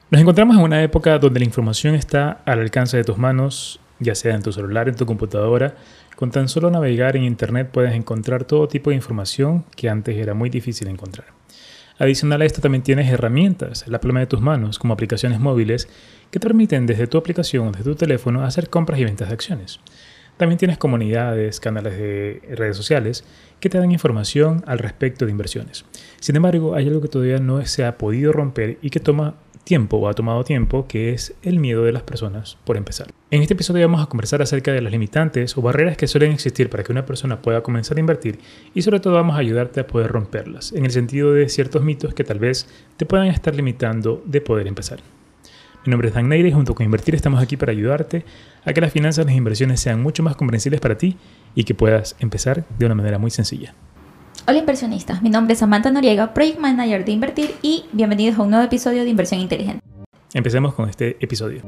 Nos encontramos en una época donde la información está al alcance de tus manos, ya sea en tu celular, en tu computadora. Con tan solo navegar en Internet puedes encontrar todo tipo de información que antes era muy difícil encontrar. Adicional a esto también tienes herramientas en la palma de tus manos, como aplicaciones móviles, que te permiten desde tu aplicación o desde tu teléfono hacer compras y ventas de acciones. También tienes comunidades, canales de redes sociales que te dan información al respecto de inversiones. Sin embargo, hay algo que todavía no se ha podido romper y que toma tiempo o ha tomado tiempo, que es el miedo de las personas por empezar. En este episodio vamos a conversar acerca de las limitantes o barreras que suelen existir para que una persona pueda comenzar a invertir y sobre todo vamos a ayudarte a poder romperlas, en el sentido de ciertos mitos que tal vez te puedan estar limitando de poder empezar. Mi nombre es Dan Neira y junto con Invertir estamos aquí para ayudarte a que las finanzas y las inversiones sean mucho más comprensibles para ti y que puedas empezar de una manera muy sencilla. Hola inversionistas, mi nombre es Samantha Noriega, Project Manager de Invertir y bienvenidos a un nuevo episodio de Inversión Inteligente. Empecemos con este episodio.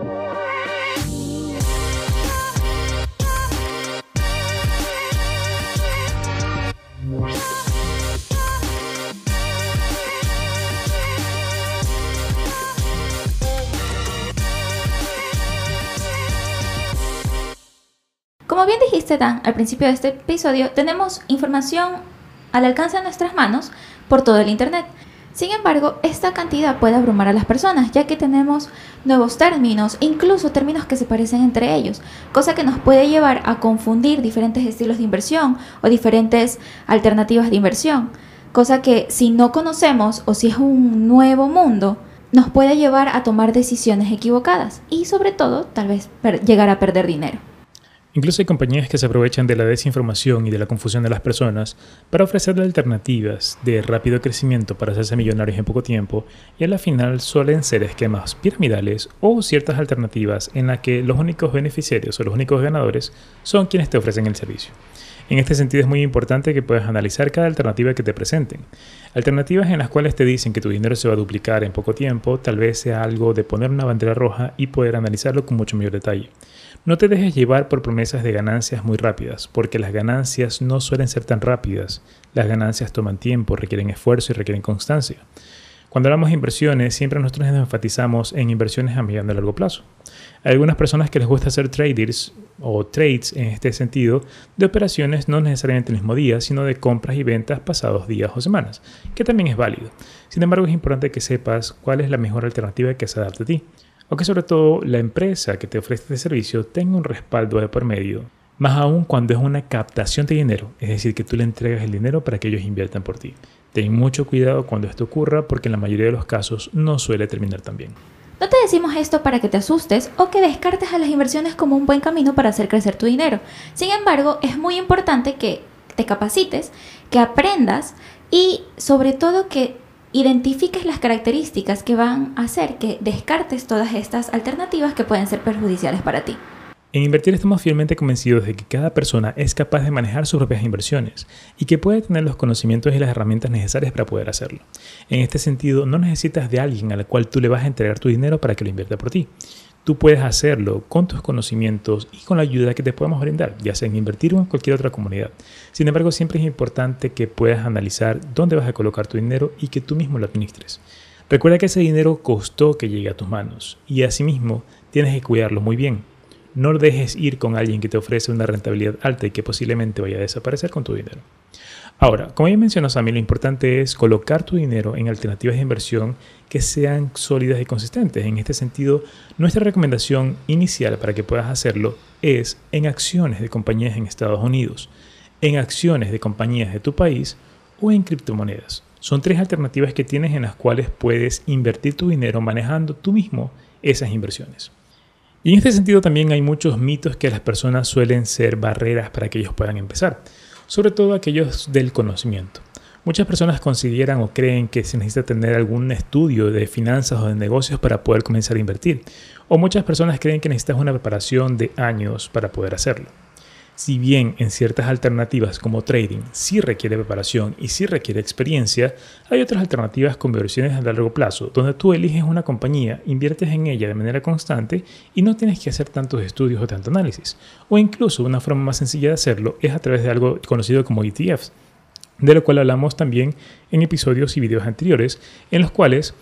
Como bien dijiste, Dan, al principio de este episodio, tenemos información al alcance de nuestras manos por todo el Internet. Sin embargo, esta cantidad puede abrumar a las personas, ya que tenemos nuevos términos, incluso términos que se parecen entre ellos, cosa que nos puede llevar a confundir diferentes estilos de inversión o diferentes alternativas de inversión, cosa que si no conocemos o si es un nuevo mundo, nos puede llevar a tomar decisiones equivocadas y sobre todo, tal vez llegar a perder dinero. Incluso hay compañías que se aprovechan de la desinformación y de la confusión de las personas para ofrecerle alternativas de rápido crecimiento para hacerse millonarios en poco tiempo y a la final suelen ser esquemas piramidales o ciertas alternativas en las que los únicos beneficiarios o los únicos ganadores son quienes te ofrecen el servicio. En este sentido es muy importante que puedas analizar cada alternativa que te presenten. Alternativas en las cuales te dicen que tu dinero se va a duplicar en poco tiempo, tal vez sea algo de poner una bandera roja y poder analizarlo con mucho mayor detalle. No te dejes llevar por promesas de ganancias muy rápidas, porque las ganancias no suelen ser tan rápidas. Las ganancias toman tiempo, requieren esfuerzo y requieren constancia. Cuando hablamos de inversiones, siempre nosotros nos enfatizamos en inversiones a mediano y largo plazo. Hay algunas personas que les gusta hacer traders o trades en este sentido de operaciones no necesariamente el mismo día, sino de compras y ventas pasados días o semanas, que también es válido. Sin embargo, es importante que sepas cuál es la mejor alternativa que se adapte a ti, o que sobre todo la empresa que te ofrece este servicio tenga un respaldo de por medio, más aún cuando es una captación de dinero, es decir, que tú le entregas el dinero para que ellos inviertan por ti. Ten mucho cuidado cuando esto ocurra porque en la mayoría de los casos no suele terminar tan bien. No te decimos esto para que te asustes o que descartes a las inversiones como un buen camino para hacer crecer tu dinero. Sin embargo, es muy importante que te capacites, que aprendas y sobre todo que identifiques las características que van a hacer que descartes todas estas alternativas que pueden ser perjudiciales para ti. En Invertir estamos fielmente convencidos de que cada persona es capaz de manejar sus propias inversiones y que puede tener los conocimientos y las herramientas necesarias para poder hacerlo. En este sentido, no necesitas de alguien al cual tú le vas a entregar tu dinero para que lo invierta por ti. Tú puedes hacerlo con tus conocimientos y con la ayuda que te podemos brindar, ya sea en Invertir o en cualquier otra comunidad. Sin embargo, siempre es importante que puedas analizar dónde vas a colocar tu dinero y que tú mismo lo administres. Recuerda que ese dinero costó que llegue a tus manos y asimismo tienes que cuidarlo muy bien. No lo dejes ir con alguien que te ofrece una rentabilidad alta y que posiblemente vaya a desaparecer con tu dinero. Ahora, como ya mencionó Sammy, lo importante es colocar tu dinero en alternativas de inversión que sean sólidas y consistentes. En este sentido, nuestra recomendación inicial para que puedas hacerlo es en acciones de compañías en Estados Unidos, en acciones de compañías de tu país o en criptomonedas. Son tres alternativas que tienes en las cuales puedes invertir tu dinero manejando tú mismo esas inversiones. Y en este sentido también hay muchos mitos que las personas suelen ser barreras para que ellos puedan empezar, sobre todo aquellos del conocimiento. Muchas personas consideran o creen que se necesita tener algún estudio de finanzas o de negocios para poder comenzar a invertir, o muchas personas creen que necesitas una preparación de años para poder hacerlo. Si bien en ciertas alternativas como trading sí requiere preparación y sí requiere experiencia, hay otras alternativas con inversiones a largo plazo, donde tú eliges una compañía, inviertes en ella de manera constante y no tienes que hacer tantos estudios o tanto análisis. O incluso una forma más sencilla de hacerlo es a través de algo conocido como ETFs, de lo cual hablamos también en episodios y videos anteriores, en los cuales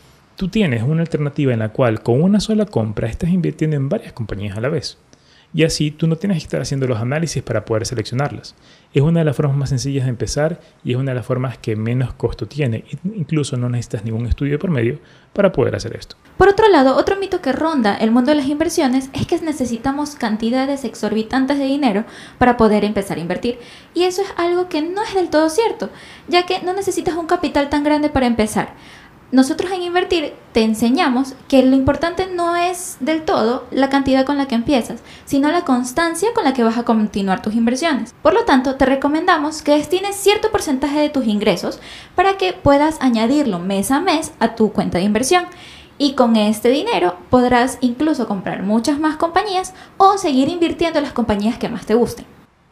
tú tienes una alternativa en la cual con una sola compra estás invirtiendo en varias compañías a la vez. Y así tú no tienes que estar haciendo los análisis para poder seleccionarlas. Es una de las formas más sencillas de empezar y es una de las formas que menos costo tiene. Incluso no necesitas ningún estudio por medio para poder hacer esto. Por otro lado, otro mito que ronda el mundo de las inversiones es que necesitamos cantidades exorbitantes de dinero para poder empezar a invertir. Y eso es algo que no es del todo cierto, ya que no necesitas un capital tan grande para empezar. Nosotros en Invertir te enseñamos que lo importante no es del todo la cantidad con la que empiezas, sino la constancia con la que vas a continuar tus inversiones. Por lo tanto, te recomendamos que destines cierto porcentaje de tus ingresos para que puedas añadirlo mes a mes a tu cuenta de inversión. Y con este dinero podrás incluso comprar muchas más compañías o seguir invirtiendo en las compañías que más te gusten.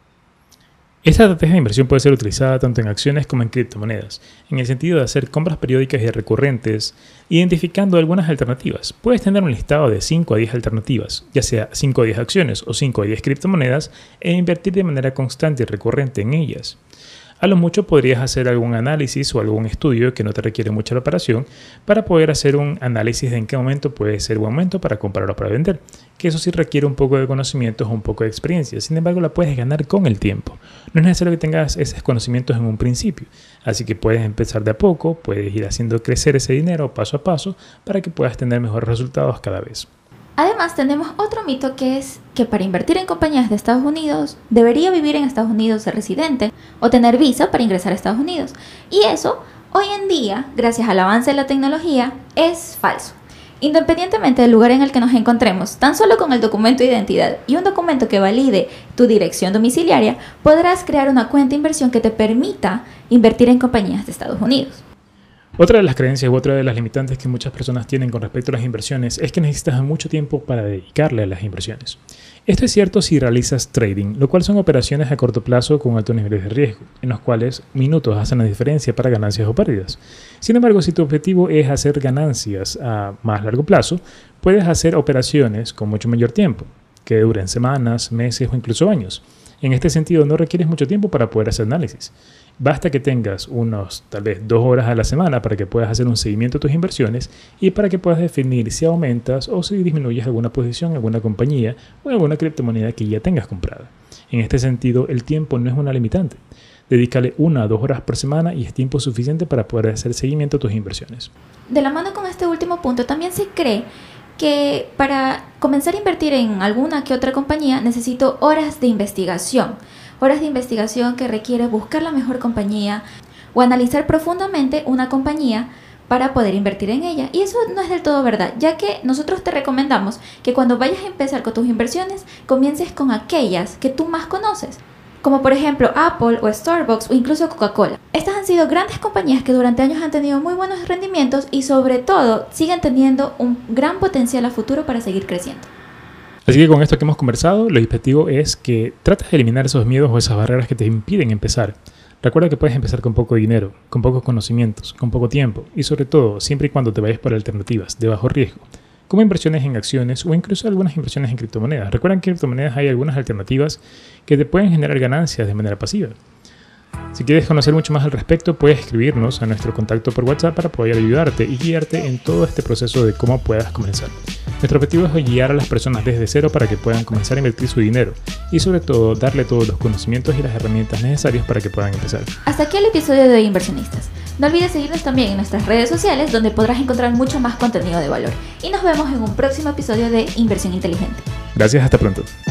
Esta estrategia de inversión puede ser utilizada tanto en acciones como en criptomonedas, en el sentido de hacer compras periódicas y recurrentes, identificando algunas alternativas. Puedes tener un listado de 5 a 10 alternativas, ya sea 5 a 10 acciones o 5 a 10 criptomonedas, e invertir de manera constante y recurrente en ellas. A lo mucho podrías hacer algún análisis o algún estudio que no te requiere mucha operación para poder hacer un análisis de en qué momento puede ser buen momento para comprar o para vender, que eso sí requiere un poco de conocimientos o un poco de experiencia. Sin embargo, la puedes ganar con el tiempo. No es necesario que tengas esos conocimientos en un principio, así que puedes empezar de a poco, puedes ir haciendo crecer ese dinero paso a paso para que puedas tener mejores resultados cada vez. Además, tenemos otro mito que es que para invertir en compañías de Estados Unidos debería vivir en Estados Unidos ser residente o tener visa para ingresar a Estados Unidos. Y eso, hoy en día, gracias al avance de la tecnología, es falso. Independientemente del lugar en el que nos encontremos, tan solo con el documento de identidad y un documento que valide tu dirección domiciliaria, podrás crear una cuenta de inversión que te permita invertir en compañías de Estados Unidos. Otra de las creencias u otra de las limitantes que muchas personas tienen con respecto a las inversiones es que necesitas mucho tiempo para dedicarle a las inversiones. Esto es cierto si realizas trading, lo cual son operaciones a corto plazo con altos niveles de riesgo, en los cuales minutos hacen la diferencia para ganancias o pérdidas. Sin embargo, si tu objetivo es hacer ganancias a más largo plazo, puedes hacer operaciones con mucho mayor tiempo, que duren semanas, meses o incluso años. En este sentido, no requieres mucho tiempo para poder hacer análisis. Basta que tengas tal vez 2 horas a la semana para que puedas hacer un seguimiento de tus inversiones y para que puedas definir si aumentas o si disminuyes alguna posición en alguna compañía o en alguna criptomoneda que ya tengas comprada. En este sentido, el tiempo no es una limitante. Dedícale 1 a 2 horas por semana y es tiempo suficiente para poder hacer seguimiento de tus inversiones. De la mano con este último punto, también se cree que para comenzar a invertir en alguna que otra compañía necesito horas de investigación que requiere buscar la mejor compañía o analizar profundamente una compañía para poder invertir en ella. Y eso no es del todo verdad, ya que nosotros te recomendamos que cuando vayas a empezar con tus inversiones, comiences con aquellas que tú más conoces, como por ejemplo Apple o Starbucks o incluso Coca-Cola. Estas han sido grandes compañías que durante años han tenido muy buenos rendimientos y sobre todo siguen teniendo un gran potencial a futuro para seguir creciendo. Así que con esto que hemos conversado, lo objetivo es que trates de eliminar esos miedos o esas barreras que te impiden empezar. Recuerda que puedes empezar con poco dinero, con pocos conocimientos, con poco tiempo y sobre todo siempre y cuando te vayas por alternativas de bajo riesgo, como inversiones en acciones o incluso algunas inversiones en criptomonedas. Recuerda que en criptomonedas hay algunas alternativas que te pueden generar ganancias de manera pasiva. Si quieres conocer mucho más al respecto, puedes escribirnos a nuestro contacto por WhatsApp para poder ayudarte y guiarte en todo este proceso de cómo puedas comenzar. Nuestro objetivo es guiar a las personas desde cero para que puedan comenzar a invertir su dinero y sobre todo darle todos los conocimientos y las herramientas necesarias para que puedan empezar. Hasta aquí el episodio de Inversionistas. No olvides seguirnos también en nuestras redes sociales donde podrás encontrar mucho más contenido de valor. Y nos vemos en un próximo episodio de Inversión Inteligente. Gracias, hasta pronto.